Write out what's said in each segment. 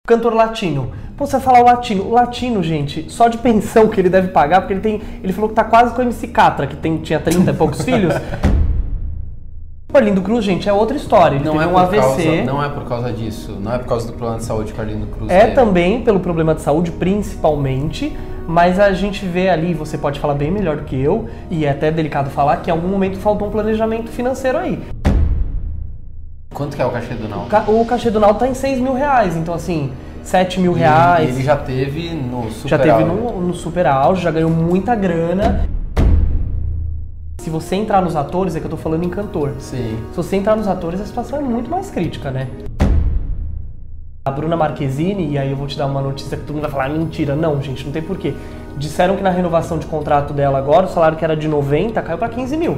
Cantor latino. Pô, você vai falar o latino, gente, só de pensão que ele deve pagar, porque ele falou que tá quase com o MC Catra, que tinha 30 e poucos filhos. O Arlindo Cruz, gente, é outra história. Ele teve um AVC. Não é por causa disso, não é por causa do problema de saúde que o Arlindo Cruz É teve. também pelo problema de saúde, principalmente, mas a gente vê ali, você pode falar bem melhor do que eu, e é até delicado falar que em algum momento faltou um planejamento financeiro aí. Quanto que é o cachê do Naldo? O cachê do Naldo tá em 6 mil reais, então assim, 7 mil reais. Ele já teve no super Já teve auge. no super auge, já ganhou muita grana. Se você entrar nos atores, é que eu tô falando em cantor. Sim. Se você entrar nos atores, a situação é muito mais crítica, né? A Bruna Marquezine, e aí eu vou te dar uma notícia que todo mundo vai falar, mentira. Não, gente, não tem porquê. Disseram que na renovação de contrato dela agora, o salário que era de 90 caiu pra 15 mil.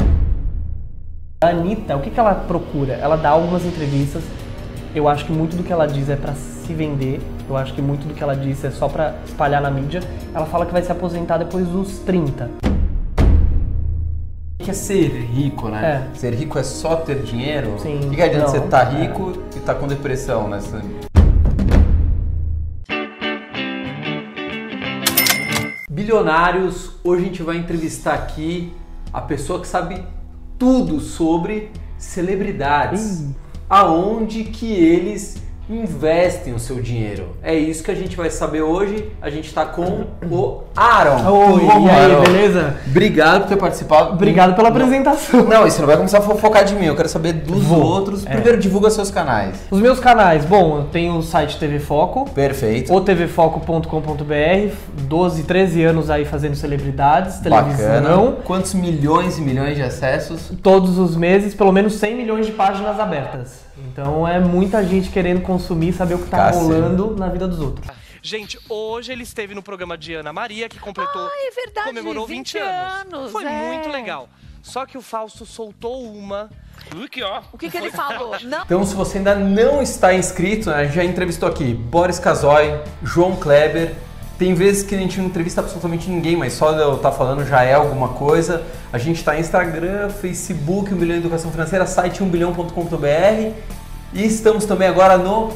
A Anitta, o que ela procura? Ela dá algumas entrevistas. Eu acho que muito do que ela diz é pra se vender. Eu acho que muito do que ela diz é só pra espalhar na mídia. Ela fala que vai se aposentar depois dos 30. O que é ser rico, né? É. Ser rico é só ter dinheiro? Sim. O que adianta Não, você estar rico e estar com depressão, né? Bilionários, hoje a gente vai entrevistar aqui a pessoa que sabe tudo sobre celebridades. Aonde que eles investem o seu dinheiro. É isso que a gente vai saber hoje. A gente tá com o Aaron. Oi, e aí, beleza? Obrigado por ter participado. Obrigado pela apresentação. Não, você não vai começar a fofocar de mim. Eu quero saber dos outros. Primeiro, divulga seus canais. Os meus canais, bom, eu tenho o site TV Foco. Perfeito. O tvfoco.com.br, 12, 13 anos aí fazendo celebridades, televisão. Bacana. Quantos milhões e milhões de acessos? Todos os meses, pelo menos 100 milhões de páginas abertas. Então é muita gente querendo consumir, saber o que tá rolando na vida dos outros. Gente, hoje ele esteve no programa de Ana Maria, que completou, é verdade, comemorou 20 anos. Foi muito legal. Só que o Fausto soltou uma... O que ele falou? Não. Então, se você ainda não está inscrito, a gente já entrevistou aqui Boris Casoy, João Kleber. Tem vezes que a gente não entrevista absolutamente ninguém, mas só de eu estar falando já é alguma coisa. A gente está em Instagram, Facebook, 1 Bilhão Educação Financeira, site 1bilhão.com.br e estamos também agora no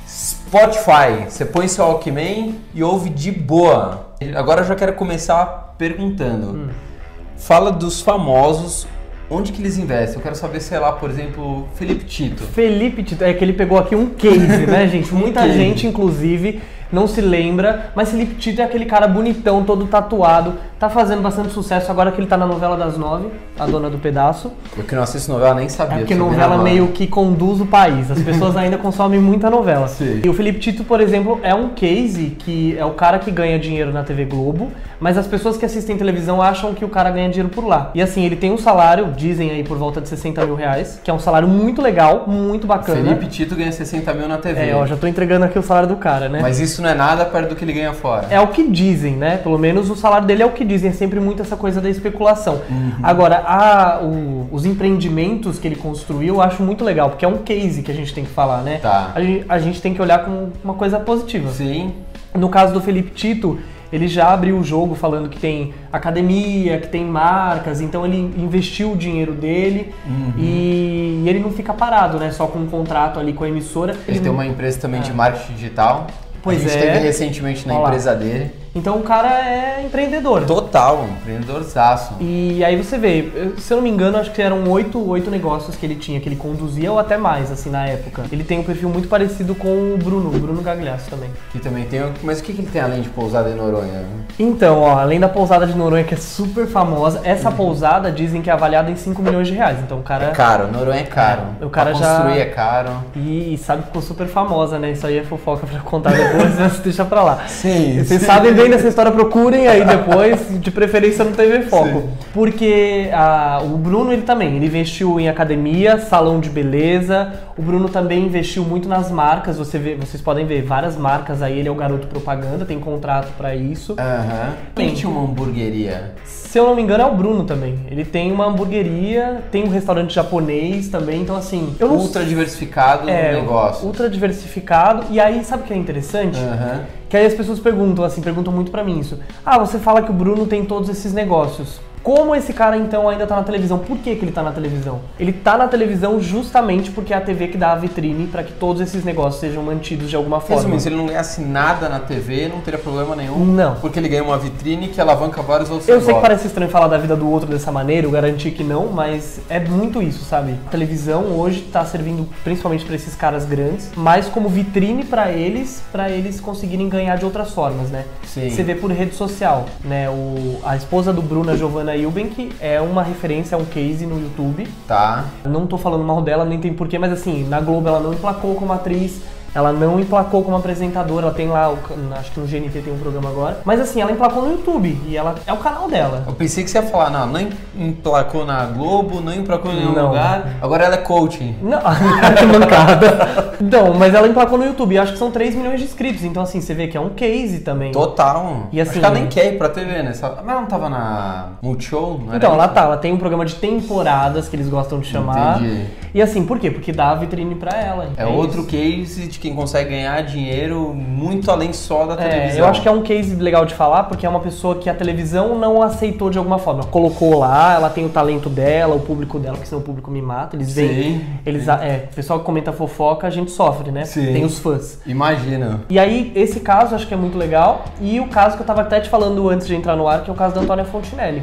Spotify. Você põe seu Walkman e ouve de boa. Agora eu já quero começar perguntando. Fala dos famosos, onde que eles investem? Eu quero saber, sei lá, por exemplo, Felipe Tito. Felipe Tito, é que ele pegou aqui um case, né, gente? Muita gente, inclusive, não se lembra, mas Felipe Tito é aquele cara bonitão, todo tatuado, tá fazendo bastante sucesso agora que ele tá na novela das 9, A Dona do Pedaço. Eu que não assisto novela nem sabia. É porque novela meio que conduz o país, as pessoas ainda consomem muita novela. Sim. E o Felipe Tito, por exemplo, é um case que é o cara que ganha dinheiro na TV Globo, mas as pessoas que assistem televisão acham que o cara ganha dinheiro por lá. E assim, ele tem um salário, dizem aí por volta de 60 mil reais, que é um salário muito legal, muito bacana. Felipe Tito ganha 60 mil na TV. É, ó, já tô entregando aqui o salário do cara, né? Mas isso não é nada perto do que ele ganha fora. É o que dizem, né? Pelo menos o salário dele é o que dizem, é sempre muito essa coisa da especulação. Agora, os empreendimentos que ele construiu eu acho muito legal, porque é um case que a gente tem que falar, né? Tá. A gente tem que olhar com uma coisa positiva. Sim. No caso do Felipe Tito, ele já abriu o jogo falando que tem academia, que tem marcas, então ele investiu o dinheiro dele e ele não fica parado, né? Só com um contrato ali com a emissora. Ele tem uma empresa também de marketing digital. Pois a gente teve recentemente na empresa dele. Então o cara é empreendedor. Total, empreendedorzaço. E aí você vê, se eu não me engano, acho que eram 8 negócios que ele tinha, que ele conduzia, ou até mais, assim, na época. Ele tem um perfil muito parecido com o Bruno Gagliasso também. Que também tem... Mas o que ele tem além de pousada em Noronha? Então, ó, além da pousada de Noronha, que é super famosa, essa pousada dizem que é avaliada em 5 milhões de reais. Então o cara... É caro, Noronha é caro. O cara pra já... construir é caro. E sabe que ficou super famosa, né? Isso aí é fofoca pra contar depois, mas deixa pra lá. Sim. Vocês sabem bem dessa história, procurem aí depois, de preferência no TV Foco. Sim. Porque o Bruno, ele investiu em academia, salão de beleza. O Bruno também investiu muito nas marcas. Vocês podem ver várias marcas aí. Ele é o garoto propaganda, tem contrato pra isso. Quem tinha uma hamburgueria? Se eu não me engano, é o Bruno também. Ele tem uma hamburgueria, tem um restaurante japonês também, então assim... Ultra diversificado no negócio. Ultra diversificado. E aí, sabe o que é interessante? Que aí as pessoas perguntam muito pra mim isso. Ah, você fala que o Bruno tem todos esses negócios. Como esse cara, então, ainda tá na televisão? Por que ele tá na televisão? Ele tá na televisão justamente porque é a TV que dá a vitrine para que todos esses negócios sejam mantidos de alguma forma. Resumindo, se ele não ganhasse nada na TV, não teria problema nenhum. Não. Porque ele ganha uma vitrine que alavanca vários outros Eu negócios. sei que parece estranho falar da vida do outro dessa maneira, eu garanti que não, mas é muito isso, sabe? A televisão hoje tá servindo principalmente para esses caras grandes, mas como vitrine para eles conseguirem ganhar de outras formas, né? Sim. Você vê por rede social, né? A esposa do Bruno, a Giovanna Eubank, é uma referência, é um case no YouTube. Tá. Não tô falando mal dela, nem tem porquê, mas assim, na Globo ela não emplacou como atriz, ela não emplacou como apresentadora, ela tem lá, acho que no GNT tem um programa agora, mas assim, ela emplacou no YouTube e ela é o canal dela. Eu pensei que você ia falar, não emplacou na Globo, não emplacou em nenhum lugar, agora ela é coaching. Não, que mancada. Não, mas ela emplacou no YouTube e acho que são 3 milhões de inscritos, então assim, você vê que é um case também. Total. E assim, acho que ela nem quer ir pra TV, né? Mas ela não tava na Multishow? Não era então, isso? ela tem um programa de temporadas que eles gostam de chamar. Entendi. E assim, por quê? Porque dá a vitrine pra ela. É outro case de quem consegue ganhar dinheiro muito além só da televisão. Eu acho que é um case legal de falar, porque é uma pessoa que a televisão não aceitou de alguma forma. Colocou lá, ela tem o talento dela, o público dela, porque senão o público me mata. Eles vêm. O pessoal que comenta fofoca, a gente sofre, né? Sim. Tem os fãs. Imagina. E aí, esse caso acho que é muito legal. E o caso que eu tava até te falando antes de entrar no ar, que é o caso da Antônia Fontinelli.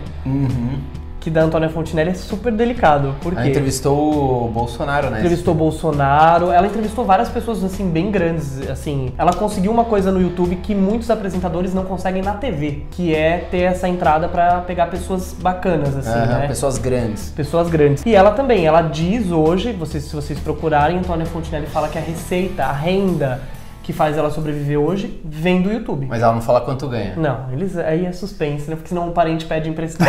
Que da Antônia Fontinelli é super delicado. Por quê? Ela entrevistou o Bolsonaro, né? Entrevistou o Bolsonaro, ela entrevistou várias pessoas, assim, bem grandes, assim. Ela conseguiu uma coisa no YouTube que muitos apresentadores não conseguem na TV, que é ter essa entrada pra pegar pessoas bacanas, assim, né? Pessoas grandes. Pessoas grandes. E ela também, ela diz hoje, se vocês procurarem, Antônia Fontinelli fala que a receita, a renda que faz ela sobreviver hoje, vem do YouTube. Mas ela não fala quanto ganha. Não, aí é suspense, né? Porque senão um parente pede emprestado.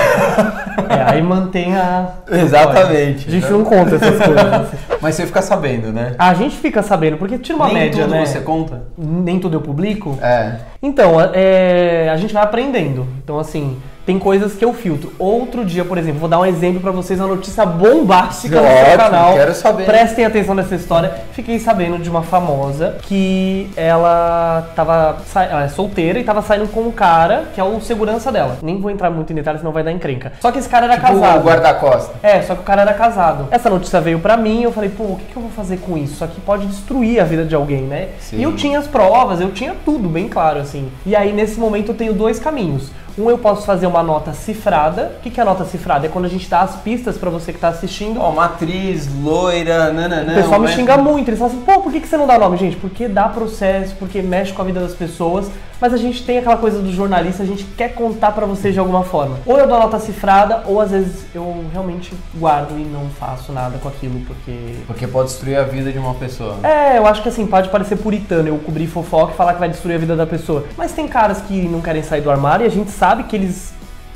Aí mantém a... Exatamente. A gente não conta essas coisas. Mas você fica sabendo, né? A gente fica sabendo, porque tira uma média, né? Nem tudo você conta? Nem tudo eu publico? É. Então, a gente vai aprendendo. Então, assim, tem coisas que eu filtro. Outro dia, por exemplo, vou dar um exemplo pra vocês, uma notícia bombástica no seu canal. Quero saber. Prestem atenção nessa história. Fiquei sabendo de uma famosa que ela é solteira e tava saindo com um cara que é o segurança dela. Nem vou entrar muito em detalhes, senão vai dar encrenca. Só que esse cara era casado. O guarda-costa. Só que o cara era casado. Essa notícia veio pra mim e eu falei, pô, o que eu vou fazer com isso? Isso aqui pode destruir a vida de alguém, né? Sim. E eu tinha as provas, eu tinha tudo bem claro, assim. E aí, nesse momento, eu tenho 2 caminhos. Eu posso fazer uma nota cifrada. O que é a nota cifrada? É quando a gente dá as pistas pra você que tá assistindo. Uma atriz, loira, nananã. O pessoal me xinga muito. Eles falam assim, pô, por que você não dá nome? Gente, porque dá processo, porque mexe com a vida das pessoas. Mas a gente tem aquela coisa do jornalista, a gente quer contar pra vocês de alguma forma. Ou eu dou a nota cifrada, ou às vezes eu realmente guardo e não faço nada com aquilo, porque... Porque pode destruir a vida de uma pessoa. Eu acho que assim, pode parecer puritano eu cobrir fofoca e falar que vai destruir a vida da pessoa. Mas tem caras que não querem sair do armário e a gente sabe que eles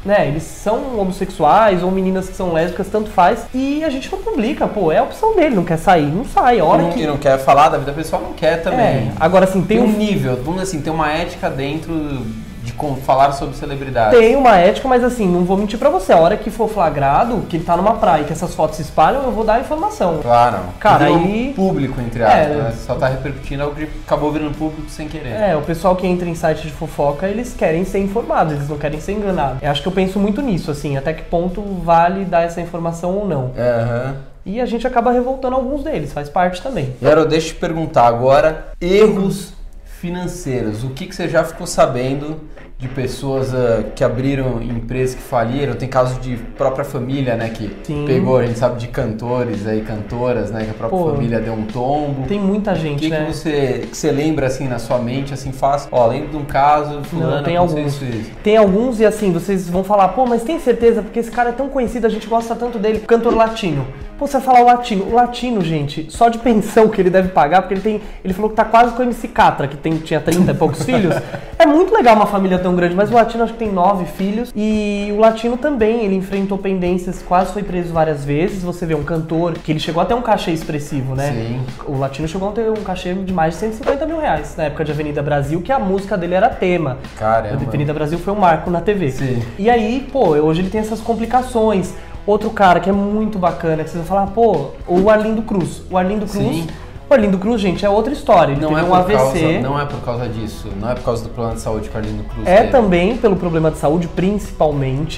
são homossexuais ou meninas que são lésbicas, tanto faz, e a gente não publica, pô, é a opção dele, não quer sair, não sai, a hora que... E não quer falar da vida pessoal, não quer também. Agora assim, tem um nível, vamos dizer assim, tem uma ética dentro de falar sobre celebridade. Tem uma ética, mas assim, não vou mentir pra você, a hora que for flagrado, que ele tá numa praia e que essas fotos se espalham, eu vou dar a informação. Claro. Cara, aí... público, entre aspas, né? Só tá repercutindo algo que acabou virando público sem querer. O pessoal que entra em site de fofoca, eles querem ser informados, eles não querem ser enganados. Eu acho que eu penso muito nisso, assim, até que ponto vale dar essa informação ou não. E a gente acaba revoltando alguns deles, faz parte também. Yaro, deixa eu te perguntar agora, erros financeiros. O que você já ficou sabendo de pessoas que abriram empresas que faliram? Tem casos de própria família, né, que pegou, a gente sabe de cantores aí, cantoras, né, que a própria família deu um tombo. Tem muita gente, né? Que você lembra, assim, na sua mente, assim, fácil? Lembro de um caso, fulano, tem alguns. Tem alguns e, assim, vocês vão falar, pô, mas tem certeza? Porque esse cara é tão conhecido, a gente gosta tanto dele. Cantor latino. Pô, você vai falar o latino. O latino, gente, só de pensão que ele deve pagar, porque ele falou que tá quase com o MC Catra, que tinha 30 e poucos filhos. É muito legal uma família tão grande, mas o latino acho que tem 9 filhos. E o latino também, ele enfrentou pendências, quase foi preso várias vezes. Você vê um cantor, que ele chegou até um cachê expressivo, né? Sim. O latino chegou a ter um cachê de mais de 150 mil reais na época de Avenida Brasil, que a música dele era tema. Caramba. A Avenida Brasil foi um marco na TV. Sim. E aí, pô, hoje ele tem essas complicações. Outro cara que é muito bacana, que vocês vão falar, pô, o Arlindo Cruz. O Arlindo Cruz... Sim. O Arlindo Cruz, gente, é outra história. Ele teve um AVC. Não é por causa disso. Não é por causa do plano de saúde que o Arlindo Cruz É teve. também pelo problema de saúde, principalmente.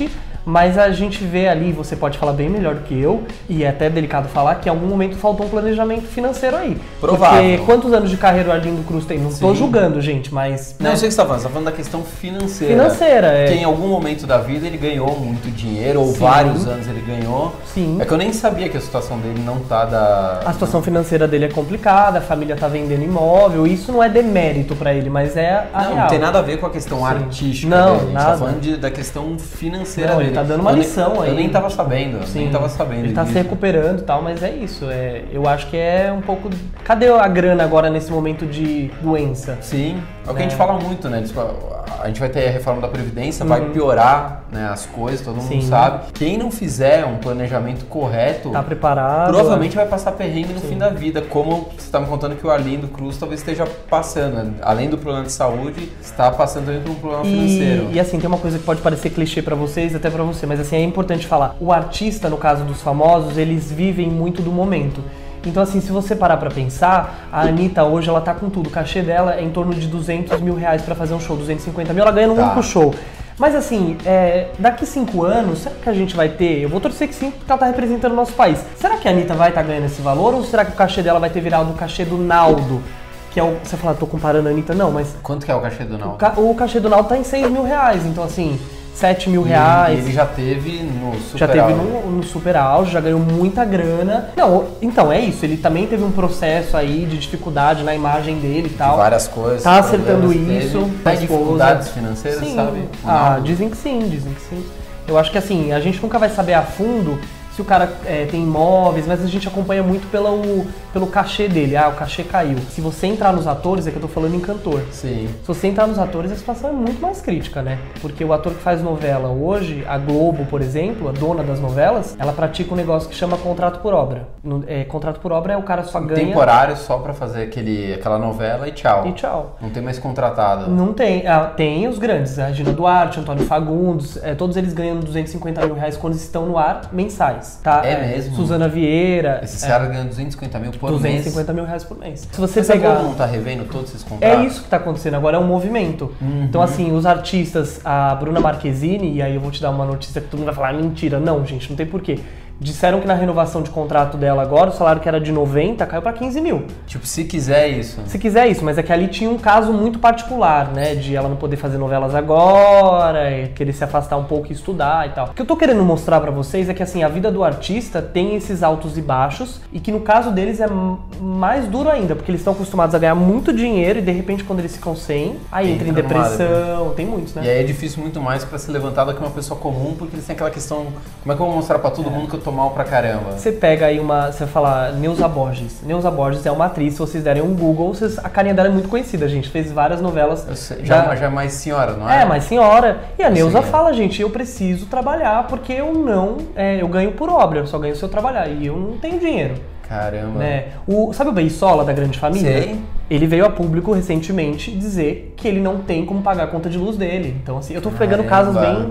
Mas a gente vê ali, você pode falar bem melhor do que eu, e é até delicado falar que em algum momento faltou um planejamento financeiro aí. Provável. Porque quantos anos de carreira o Arlindo Cruz tem? Não tô julgando, gente, mas... Não, eu sei o que você tá falando, você tá falando da questão financeira. Financeira, é. Que em algum momento da vida ele ganhou muito dinheiro, ou vários anos ele ganhou. Sim. É que eu nem sabia que a situação dele não tá da... A situação financeira dele é complicada, a família tá vendendo imóvel, isso não é demérito pra ele, mas é a real. Não tem nada a ver com a questão artística não, dele, a gente nada. tá falando da questão financeira Não, dele. ele tá dando uma lição aí. Eu nem tava sabendo, nem tava sabendo. Ele tá disso. se recuperando e tal, mas é isso. Eu acho que é um pouco... Cadê a grana agora nesse momento de doença? Sim, é o que a gente fala muito, né? Tipo, a gente vai ter a reforma da Previdência, vai piorar, né, as coisas, todo mundo sabe. Quem não fizer um planejamento correto... Tá preparado. Provavelmente vai passar perrengue no fim da vida, como você tá me contando que o Arlindo Cruz talvez esteja passando, né? Além do problema de saúde, está passando também por um problema financeiro. E assim, tem uma coisa que pode parecer clichê pra vocês, até pra você, mas assim, é importante falar. O artista, no caso dos famosos, eles vivem muito do momento. Então assim, se você parar pra pensar, a Anitta hoje, ela tá com tudo. O cachê dela é em torno de 200 mil reais pra fazer um show, 250 mil, ela ganha num único show. Mas assim, daqui 5 anos, será que a gente vai ter... Eu vou torcer que sim, porque ela tá representando o nosso país. Será que a Anitta vai estar ganhando esse valor, ou será que o cachê dela vai ter virado o cachê do Naldo? Que é o... Você fala, tô comparando a Anitta, não, mas... Quanto que é o cachê do Naldo? O cachê do Naldo tá em 6 mil reais, então assim... 7 mil reais. E ele já teve no super Já teve auge. no super auge, já ganhou muita grana. Não, então é isso, ele também teve um processo aí de dificuldade na imagem dele e tal. De várias coisas. Tá acertando isso. Tem dificuldades financeiras, sim. sabe? Dizem que sim, dizem que sim. Eu acho que assim, a gente nunca vai saber a fundo se o cara tem imóveis, mas a gente acompanha muito pelo cachê dele. O cachê caiu. Se você entrar nos atores, é que eu tô falando em cantor. Sim. Se você entrar nos atores, a situação é muito mais crítica, né? Porque o ator que faz novela hoje, a Globo, por exemplo, a dona das novelas, ela pratica um negócio que chama contrato por obra. Contrato por obra é o cara só ganha... Temporário só pra fazer aquela novela e tchau. E tchau. Não tem mais contratado. Não tem. Tem os grandes, a Regina Duarte, Antônio Fagundes, todos eles ganham 250 mil reais quando estão no ar, mensais. Tá? É mesmo? Suzana Vieira. Esses caras ganham 250 mil por mês. 250 mil reais por mês. Se você Mas pegar... a Globo não tá revendo todos esses contratos? É isso que tá acontecendo, agora é um movimento. Então assim, os artistas, a Bruna Marquezine, e aí eu vou te dar uma notícia que todo mundo vai falar, mentira. Não, gente, não tem porquê. Disseram que na renovação de contrato dela agora, o salário que era de 90 caiu pra 15 mil. Tipo, se quiser isso. Se quiser isso, mas é que ali tinha um caso muito particular, né? De ela não poder fazer novelas agora, querer se afastar um pouco e estudar e tal. O que eu tô querendo mostrar pra vocês é que assim, a vida do artista tem esses altos e baixos, e que no caso deles é mais duro ainda, porque eles estão acostumados a ganhar muito dinheiro e de repente quando eles ficam sem, aí entra em depressão, tem muitos, né? E aí é difícil muito mais pra se levantar do que uma pessoa comum, porque eles têm aquela questão, como é que eu vou mostrar pra todo mundo que eu tô mal pra caramba? Você pega aí você vai falar Neuza Borges. Neuza Borges é uma atriz, se vocês derem um Google, a carinha dela é muito conhecida, gente. Fez várias novelas. Já é mais senhora, não é? É, mais senhora. E a Neuza fala, gente, eu preciso trabalhar porque eu não... eu ganho por obra, eu só ganho se eu trabalhar. E eu não tenho dinheiro. Caramba. Né? Sabe o Beisola, da Grande Família? Sei. Ele veio a público recentemente dizer que ele não tem como pagar a conta de luz dele. Então, assim, eu tô pegando casos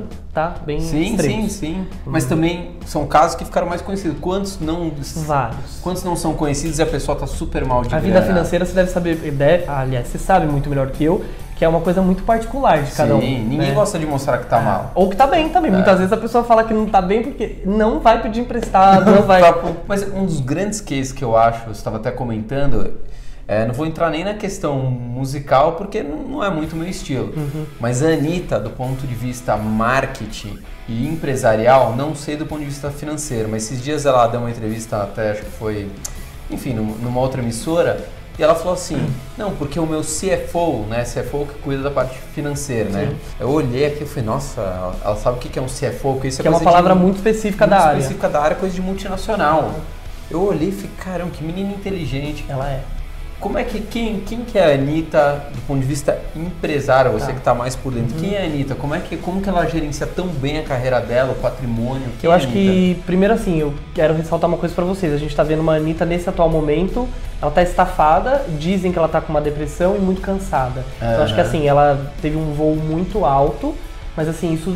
bem extremos. Sim. Mas também são casos que ficaram mais conhecidos. Quantos não... Vários. Quantos não são conhecidos e a pessoa tá super mal de grana? A vida financeira você deve saber... Aliás, você sabe muito melhor que eu, que é uma coisa muito particular de cada um. Sim, ninguém gosta de mostrar que tá mal. Ou que tá bem também. Muitas vezes a pessoa fala que não tá bem porque não vai pedir emprestado, não vai... Mas um dos grandes cases que eu acho, você estava até comentando, não vou entrar nem na questão musical porque não é muito meu estilo. Mas a Anitta, do ponto de vista marketing e empresarial, não sei do ponto de vista financeiro, mas esses dias ela deu uma entrevista, até acho que foi, enfim, numa outra emissora, e ela falou assim, não, porque o meu CFO, né, CFO que cuida da parte financeira, né? Eu olhei aqui e falei, nossa, ela sabe o que é um CFO? Porque isso é uma palavra muito específica da área. Muito específica da área, coisa de multinacional. Eu olhei e falei, caramba, que menina inteligente. Ela é. Como é que, quem que é a Anitta do ponto de vista empresário, você que está mais por dentro? Quem é a Anitta? Como que ela gerencia tão bem a carreira dela, o patrimônio? Eu acho que, primeiro assim, eu quero ressaltar uma coisa pra vocês. A gente tá vendo uma Anitta nesse atual momento, ela tá estafada, dizem que ela tá com uma depressão e muito cansada. Então eu acho que assim, ela teve um voo muito alto, mas assim, isso,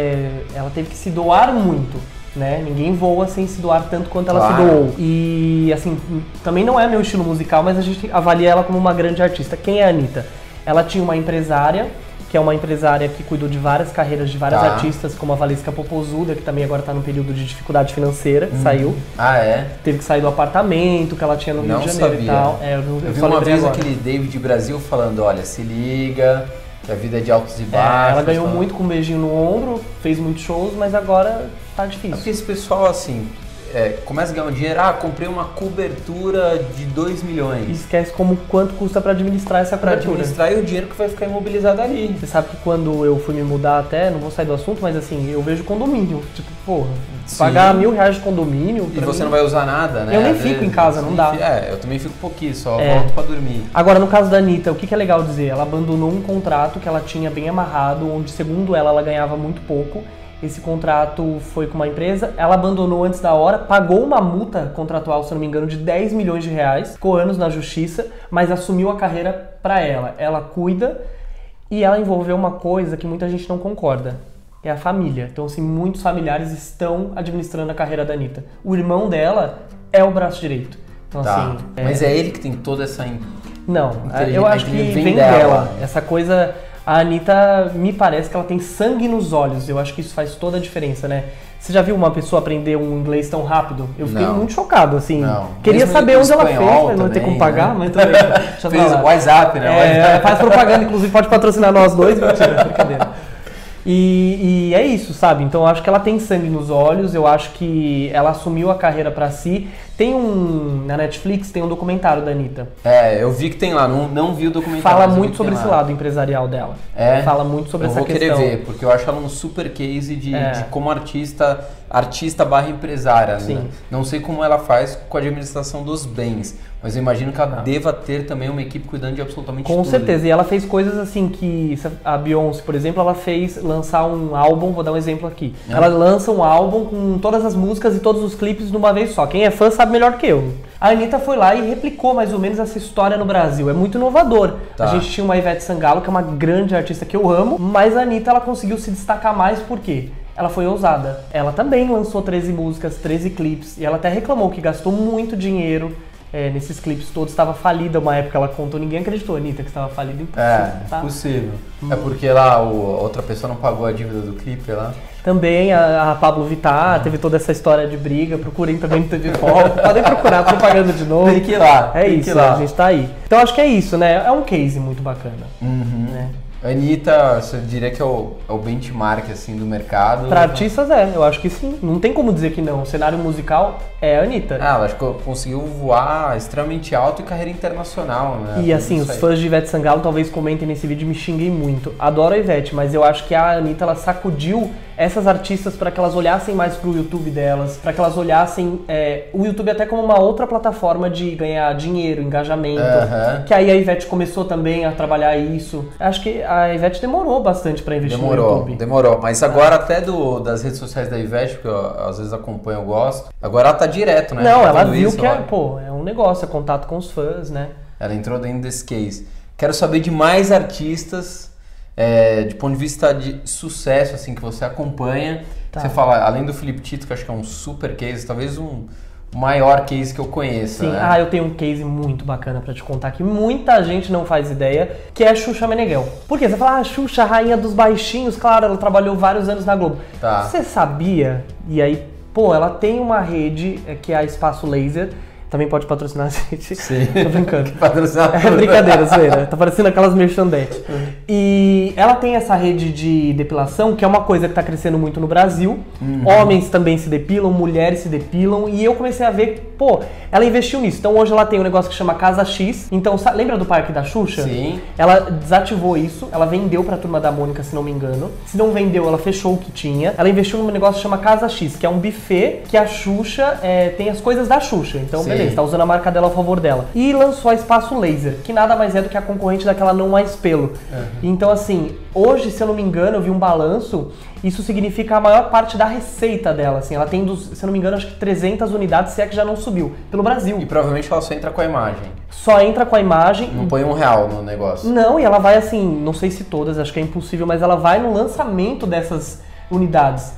ela teve que se doar muito. Né? Ninguém voa sem se doar tanto quanto ela se doou. E assim, também não é meu estilo musical, mas a gente avalia ela como uma grande artista. Quem é a Anitta? Ela tinha uma empresária que é uma empresária que cuidou de várias carreiras de várias artistas, como a Valesca Popozuda, que também agora tá num período de dificuldade financeira, que saiu. Ah, é? Teve que sair do apartamento que ela tinha no Rio de Janeiro sabia. e tal. Eu vi uma vez aquele David Brasil falando, olha, se liga, que a vida é de altos e baixos. Ela ganhou muito com um beijinho no ombro, fez muitos shows, mas agora tá difícil. Porque esse pessoal, assim, começa a ganhar um dinheiro, comprei uma cobertura de 2 milhões. E esquece quanto custa pra administrar essa cobertura. Pra administrar o dinheiro que vai ficar imobilizado ali. Você sabe que quando eu fui me mudar até, não vou sair do assunto, mas assim, eu vejo condomínio. Tipo, porra, pagar R$1.000 de condomínio... E você não vai usar nada, né? Eu nem fico em casa, não dá. Eu também fico pouquinho, só volto pra dormir. Agora, no caso da Anitta, o que é legal dizer? Ela abandonou um contrato que ela tinha bem amarrado, onde, segundo ela ganhava muito pouco. Esse contrato foi com uma empresa, ela abandonou antes da hora, pagou uma multa contratual, se não me engano, de 10 milhões de reais, ficou anos na justiça, mas assumiu a carreira pra ela. Ela cuida e ela envolveu uma coisa que muita gente não concorda, é a família. Então, assim, muitos familiares estão administrando a carreira da Anitta. O irmão dela é o braço direito. Então, assim... Mas é ele que tem toda essa... Não, eu acho que vem dela. Essa coisa... A Anitta, me parece que ela tem sangue nos olhos. Eu acho que isso faz toda a diferença, né? Você já viu uma pessoa aprender um inglês tão rápido? Eu fiquei muito chocado, assim. Não. Queria Mesmo saber onde ela fez, mas não também, ter como pagar, mas também. Fez o WhatsApp, né? Faz propaganda, inclusive pode patrocinar nós dois, mentira, brincadeira. E é isso, sabe? Então eu acho que ela tem sangue nos olhos, eu acho que ela assumiu a carreira pra si. Na Netflix tem um documentário da Anitta. Eu vi que tem lá, não vi o documentário. Fala muito sobre esse lado empresarial dela. Fala muito sobre essa questão. Eu vou querer ver, porque eu acho ela um super case de como artista barra empresária. Sim. Né? Não sei como ela faz com a administração dos bens, mas eu imagino que ela deva ter também uma equipe cuidando de absolutamente tudo. Com certeza, e ela fez coisas assim que a Beyoncé, por exemplo, ela fez lançar um álbum, vou dar um exemplo aqui. Ela lança um álbum com todas as músicas e todos os clipes de uma vez só. Quem é fã sabe melhor que eu. A Anitta foi lá e replicou mais ou menos essa história no Brasil. É muito inovador. A gente tinha uma Ivete Sangalo, que é uma grande artista que eu amo, mas a Anitta ela conseguiu se destacar mais por quê? Ela foi ousada. Ela também lançou 13 músicas, 13 clipes, e ela até reclamou que gastou muito dinheiro nesses clipes todos. Estava falida uma época, ela contou, ninguém acreditou, Anitta, que estava falida. Impossível. É porque lá a outra pessoa não pagou a dívida do clipe lá. Também a Pablo Vittar teve toda essa história de briga, procurem também no TV Foco, podem procurar propaganda de novo. Tem que ir lá. É isso, a gente tá aí. Então acho que é isso, né? É um case muito bacana. Né? A Anitta, você diria que é o benchmark assim, do mercado? Pra artistas eu acho que sim. Não tem como dizer que não. O cenário musical é a Anitta. Ela acho que conseguiu voar extremamente alto e carreira internacional, né? E assim, os fãs de Ivete Sangalo talvez comentem nesse vídeo e me xinguem muito. Adoro a Ivete, mas eu acho que a Anitta ela sacudiu essas artistas para que elas olhassem mais pro YouTube delas, para que elas olhassem o YouTube até como uma outra plataforma de ganhar dinheiro, engajamento. Que aí a Ivete começou também a trabalhar isso. Acho que a Ivete demorou bastante para investir no YouTube. Demorou. Mas agora até das redes sociais da Ivete, porque eu às vezes acompanho, eu gosto, agora ela tá direto, né? Não, ela viu que é um negócio, é contato com os fãs, né? Ela entrou dentro desse case. Quero saber de mais artistas, de ponto de vista de sucesso, assim, que você acompanha. Você fala, além do Felipe Tito, que eu acho que é um super case, talvez o maior case que eu conheça. Sim, né? Eu tenho um case muito bacana pra te contar, que muita gente não faz ideia, que é a Xuxa Meneghel. Por quê? Você fala, Xuxa, rainha dos baixinhos, claro, ela trabalhou vários anos na Globo. Você sabia? E aí, ela tem uma rede que é a Espaço Laser, também pode patrocinar a gente. Sim. Tô brincando. Patrocinar tudo. É brincadeira, zoeira. Tá parecendo aquelas merchandetes. E ela tem essa rede de depilação, que é uma coisa que tá crescendo muito no Brasil. Homens também se depilam, mulheres se depilam. E eu comecei a ver, ela investiu nisso. Então hoje ela tem um negócio que chama Casa X. Então, lembra do parque da Xuxa? Sim. Ela desativou isso, ela vendeu pra Turma da Mônica, se não me engano. Se não vendeu, ela fechou o que tinha. Ela investiu num negócio que chama Casa X, que é um buffet que a Xuxa tem as coisas da Xuxa. Então, beleza, tá usando a marca dela a favor dela. E lançou a Espaço Laser, que nada mais é do que a concorrente daquela Não Mais Pelo. Então, assim, hoje, se eu não me engano, eu vi um balanço, isso significa a maior parte da receita dela, assim. Ela tem, se eu não me engano, acho que 300 unidades, se é que já não subiu, pelo Brasil. E provavelmente ela só entra com a imagem. Só entra com a imagem. Não põe R$1 no negócio. Não, e ela vai assim, não sei se todas, acho que é impossível, mas ela vai no lançamento dessas unidades.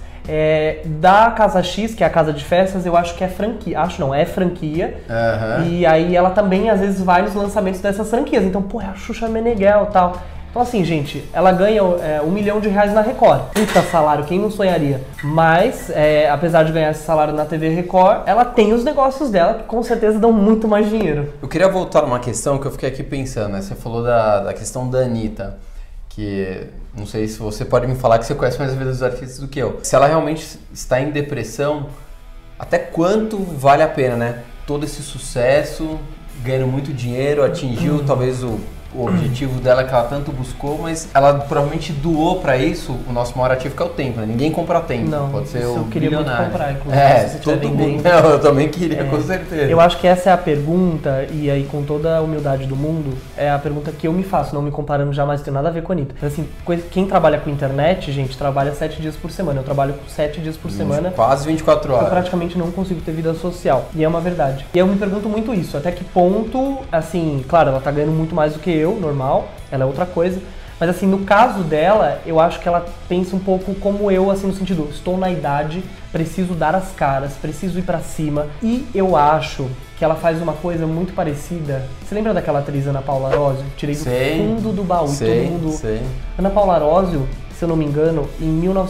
Da Casa X, que é a casa de festas, eu acho que é franquia. É franquia. E aí ela também, às vezes, vai nos lançamentos dessas franquias. Então, é a Xuxa Meneghel e tal. Então assim, gente, ela ganha R$1 milhão na Record. Puta salário, quem não sonharia? Mas, apesar de ganhar esse salário na TV Record, ela tem os negócios dela que com certeza dão muito mais dinheiro. Eu queria voltar numa questão que eu fiquei aqui pensando, né? Você falou da questão da Anitta, que não sei se você pode me falar que você conhece mais a vida dos artistas do que eu. Se ela realmente está em depressão, até quanto vale a pena, né? Todo esse sucesso, ganhando muito dinheiro, atingiu talvez o objetivo dela que ela tanto buscou, mas ela provavelmente doou pra isso o nosso maior ativo, que é o tempo, né? Ninguém compra tempo, não, pode ser o eu queria bilionário. muito comprar, inclusive, se todo mundo. Não, eu também queria, com certeza. Eu acho que essa é a pergunta, e aí com toda a humildade do mundo, é a pergunta que eu me faço, não me comparando jamais, tem nada a ver com a Anitta. Mas, assim, quem trabalha com internet, gente, trabalha 7 dias por semana. Eu trabalho 7 dias por semana. Quase 24 horas. Eu praticamente não consigo ter vida social. E é uma verdade. E eu me pergunto muito isso, até que ponto, assim, claro, ela tá ganhando muito mais do que eu, normal, ela é outra coisa. Mas assim, no caso dela, eu acho que ela pensa um pouco como eu, assim, no sentido, estou na idade, preciso dar as caras, preciso ir pra cima. E eu acho que ela faz uma coisa muito parecida. Você lembra daquela atriz Ana Paula Arósio? Tirei do fundo do baú. Todo mundo... Ana Paula Arósio, se eu não me engano, em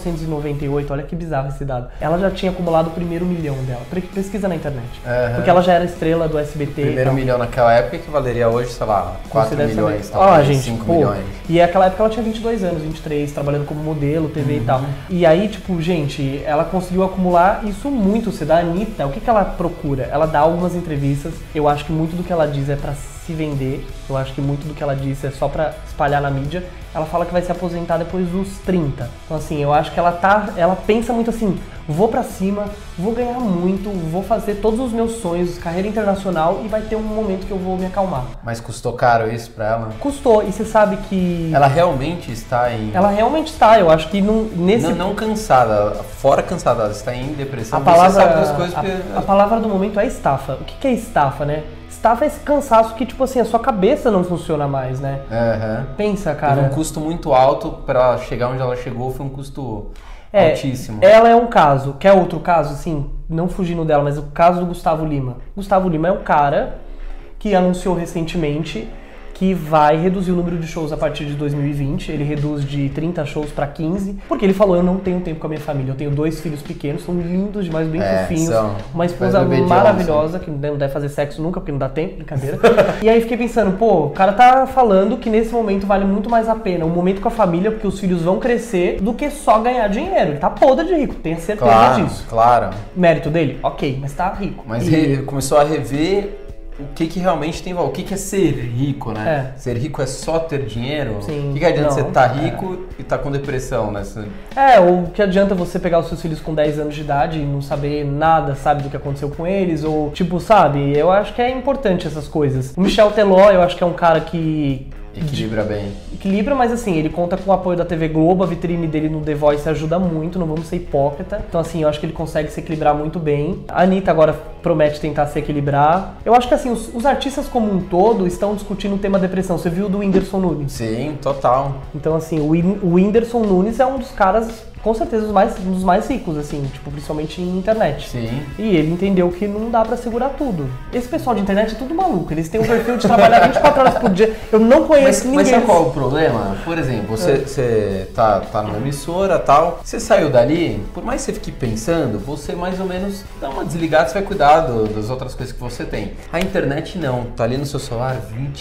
1998, olha que bizarro esse dado, ela já tinha acumulado o primeiro milhão dela. Pesquisa na internet. Porque ela já era estrela do SBT. O primeiro milhão naquela época que valeria hoje, sei lá, 4 milhões, talvez, gente, 5 milhões. E naquela época ela tinha 22 anos, 23, trabalhando como modelo, TV e tal. E aí, tipo, gente, ela conseguiu acumular isso muito cedo. A Anitta, o que ela procura? Ela dá algumas entrevistas, eu acho que muito do que ela diz é pra se vender, eu acho que muito do que ela diz é só pra espalhar na mídia. Ela fala que vai se aposentar depois dos 30. Então assim, eu acho que ela pensa muito assim, vou pra cima, vou ganhar muito, vou fazer todos os meus sonhos, carreira internacional, e vai ter um momento que eu vou me acalmar. Mas custou caro isso pra ela? Custou, e você sabe que... Ela realmente está em... Ela realmente está, eu acho que Não cansada, fora cansada, ela está em depressão. A palavra do momento é estafa. O que é estafa, né? Estafa é esse cansaço que, tipo assim, a sua cabeça não funciona mais, né? Pensa, cara. Teve um custo muito alto pra chegar onde ela chegou, foi um custo altíssimo. Ela é um caso. Quer outro caso, assim, não fugindo dela, mas o caso do Gustavo Lima. Gustavo Lima é um cara que anunciou recentemente que vai reduzir o número de shows a partir de 2020. Ele reduz de 30 shows para 15, porque ele falou, eu não tenho tempo com a minha família, eu tenho 2 filhos pequenos, são lindos demais, bem fofinhos, uma esposa maravilhosa, que não deve fazer sexo nunca, porque não dá tempo, brincadeira. E aí fiquei pensando, pô, o cara tá falando que nesse momento vale muito mais a pena um momento com a família, porque os filhos vão crescer, do que só ganhar dinheiro. Ele tá podre de rico, tenho certeza disso. Claro. Mérito dele? Ok, mas tá rico. Mas começou a rever o que realmente tem valor, o que é ser rico, né? Ser rico é só ter dinheiro? Sim. O que adianta você estar rico e estar com depressão, né? Ou que adianta você pegar os seus filhos com 10 anos de idade e não saber nada, sabe, do que aconteceu com eles, ou tipo, sabe, eu acho que é importante essas coisas. O Michel Teló, eu acho que é um cara que... Equilibra bem. Equilibra, mas assim, ele conta com o apoio da TV Globo, a vitrine dele no The Voice ajuda muito, não vamos ser hipócrita. Então assim, eu acho que ele consegue se equilibrar muito bem. A Anitta agora promete tentar se equilibrar. Eu acho que assim, os artistas como um todo estão discutindo o tema depressão. Você viu o do Whindersson Nunes? Sim, total. Então assim, o Whindersson Nunes é um dos caras, com certeza, um dos mais ricos, assim, tipo, principalmente em internet. Sim. E ele entendeu que não dá pra segurar tudo. Esse pessoal de internet é tudo maluco, eles têm um perfil de trabalhar 24 horas por dia. Eu não conheço ninguém. Mas sabe qual é o problema? Por exemplo, você tá numa emissora e tal, você saiu dali, por mais que você fique pensando, você mais ou menos dá uma desligada, você vai cuidar das outras coisas que você tem. A internet não, tá ali no seu celular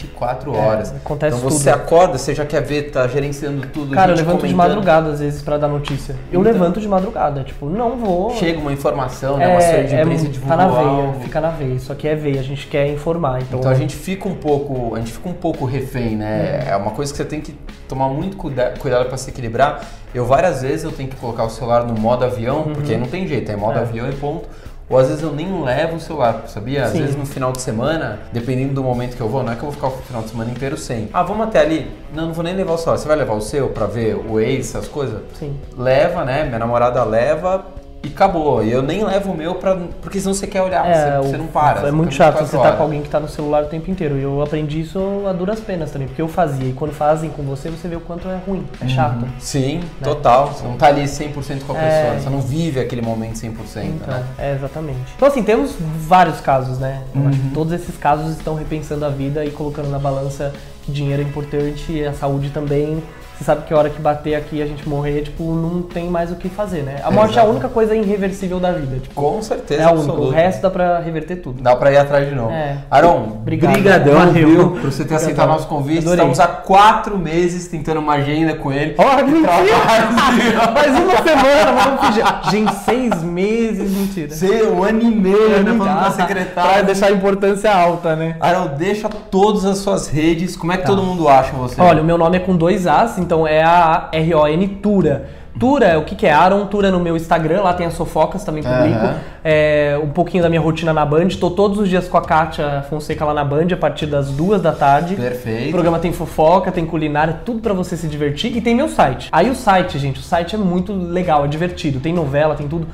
24 horas. Acontece então tudo. você acorda, você já quer ver, tá gerenciando tudo. Cara, eu levanto de madrugada às vezes pra dar notícia. Eu levanto de madrugada, tipo, não vou... Chega uma informação, né? Uma assessoria de imprensa divulgou tá na veia, algo. fica na veia. Isso aqui é veia, a gente quer informar. Então a gente fica um pouco refém, né? É uma coisa que você tem que tomar muito cuidado para se equilibrar. Eu várias vezes eu tenho que colocar o celular no modo avião, porque aí não tem jeito, é modo avião e ponto. Ou às vezes eu nem levo o celular, sabia? Às vezes no final de semana, dependendo do momento que eu vou, não é que eu vou ficar o final de semana inteiro sem. Ah, vamos até ali. Não vou nem levar o celular. Você vai levar o seu pra ver o Waze, essas coisas? Sim. Leva, né? Minha namorada leva e acabou. E eu nem levo o meu porque senão você quer olhar, você não para. É muito chato você estar com alguém que tá no celular o tempo inteiro. E eu aprendi isso a duras penas também, porque eu fazia. E quando fazem com você, você vê o quanto é ruim, é chato. Sim, né? Total. Você não tá ali 100% com a pessoa, você não vive aquele momento 100%. Então, né? Exatamente. Então assim, temos vários casos, né? Eu acho que todos esses casos estão repensando a vida e colocando na balança que dinheiro é importante e a saúde também. Você sabe que a hora que bater aqui a gente morrer, tipo, não tem mais o que fazer, né? A morte é a única coisa irreversível da vida. Tipo, com certeza, é a única. O resto dá pra reverter tudo. Dá pra ir atrás de novo. É. Aron, brigadão, viu? Por você ter aceitado nosso convite. Adorei. Estamos há 4 meses tentando uma agenda com ele. Ó, mentira! Mais uma semana, vamos fingir. Gente, 6 meses, mentira. Um ano e meio, né? Falando pra secretária. Pra deixar a importância alta, né? Aron, deixa todas as suas redes. Como é que todo mundo acha você? Olha, o meu nome é com 2 As, então é a RON Tura. Tura, o que é? Aaron Tura no meu Instagram, lá tem as fofocas, também publico. Um pouquinho da minha rotina na Band. Tô todos os dias com a Kátia Fonseca lá na Band, a partir das 2 da tarde. Perfeito. O programa tem fofoca, tem culinária, tudo pra você se divertir. E tem meu site. Aí o site, gente, o site é muito legal, é divertido. Tem novela, tem tudo.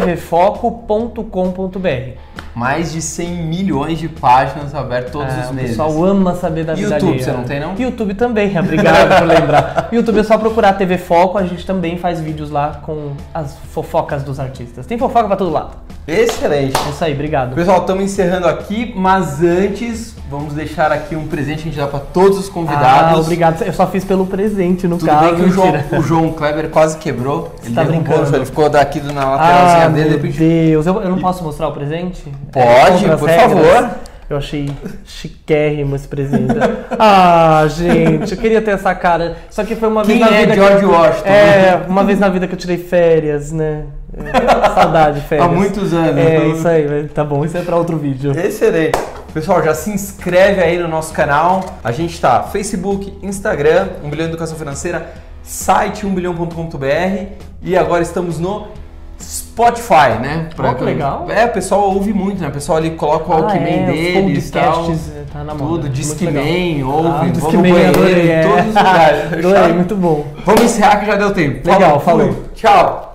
otvfoco.com.br. Mais de 100 milhões de páginas abertas todos os meses. O pessoal ama saber da vida YouTube, alheia. você não tem, não? YouTube também, obrigado por lembrar. YouTube é só procurar TV Foco, a gente também faz vídeos lá com as fofocas dos artistas. Tem fofoca pra todo lado. Excelente. É isso aí, obrigado. Pessoal, estamos encerrando aqui, mas antes vamos deixar aqui um presente que a gente dá para todos os convidados. Obrigado. Eu só fiz pelo presente, no Tudo caso. Bem que o João Kleber quase quebrou. Você tá brincando? Ele ficou daqui na lateralzinha dele. Meu Deus, eu não posso mostrar o presente? Pode, por favor. Eu achei chiquérrimo esse presente. Gente, eu queria ter essa cara. Só que foi uma vez na vida. George Washington? Uma vez na vida que eu tirei férias, né? Saudade de férias. Há muitos anos. Isso aí, tá bom, isso é pra outro vídeo. Excelente. Pessoal, já se inscreve aí no nosso canal. A gente tá Facebook, Instagram, 1 Bilhão Educação Financeira, site 1bilhão.com.br e agora estamos no Spotify, né? Que legal. O pessoal ouve muito, né? O pessoal ali coloca o Walkman deles e tal. Tá na moda. Tudo, Discman, ouve, vamos no banheiro, adorei, em todos os lugares. Adorei, muito bom. Vamos encerrar que já deu tempo. Legal, falou. Tchau.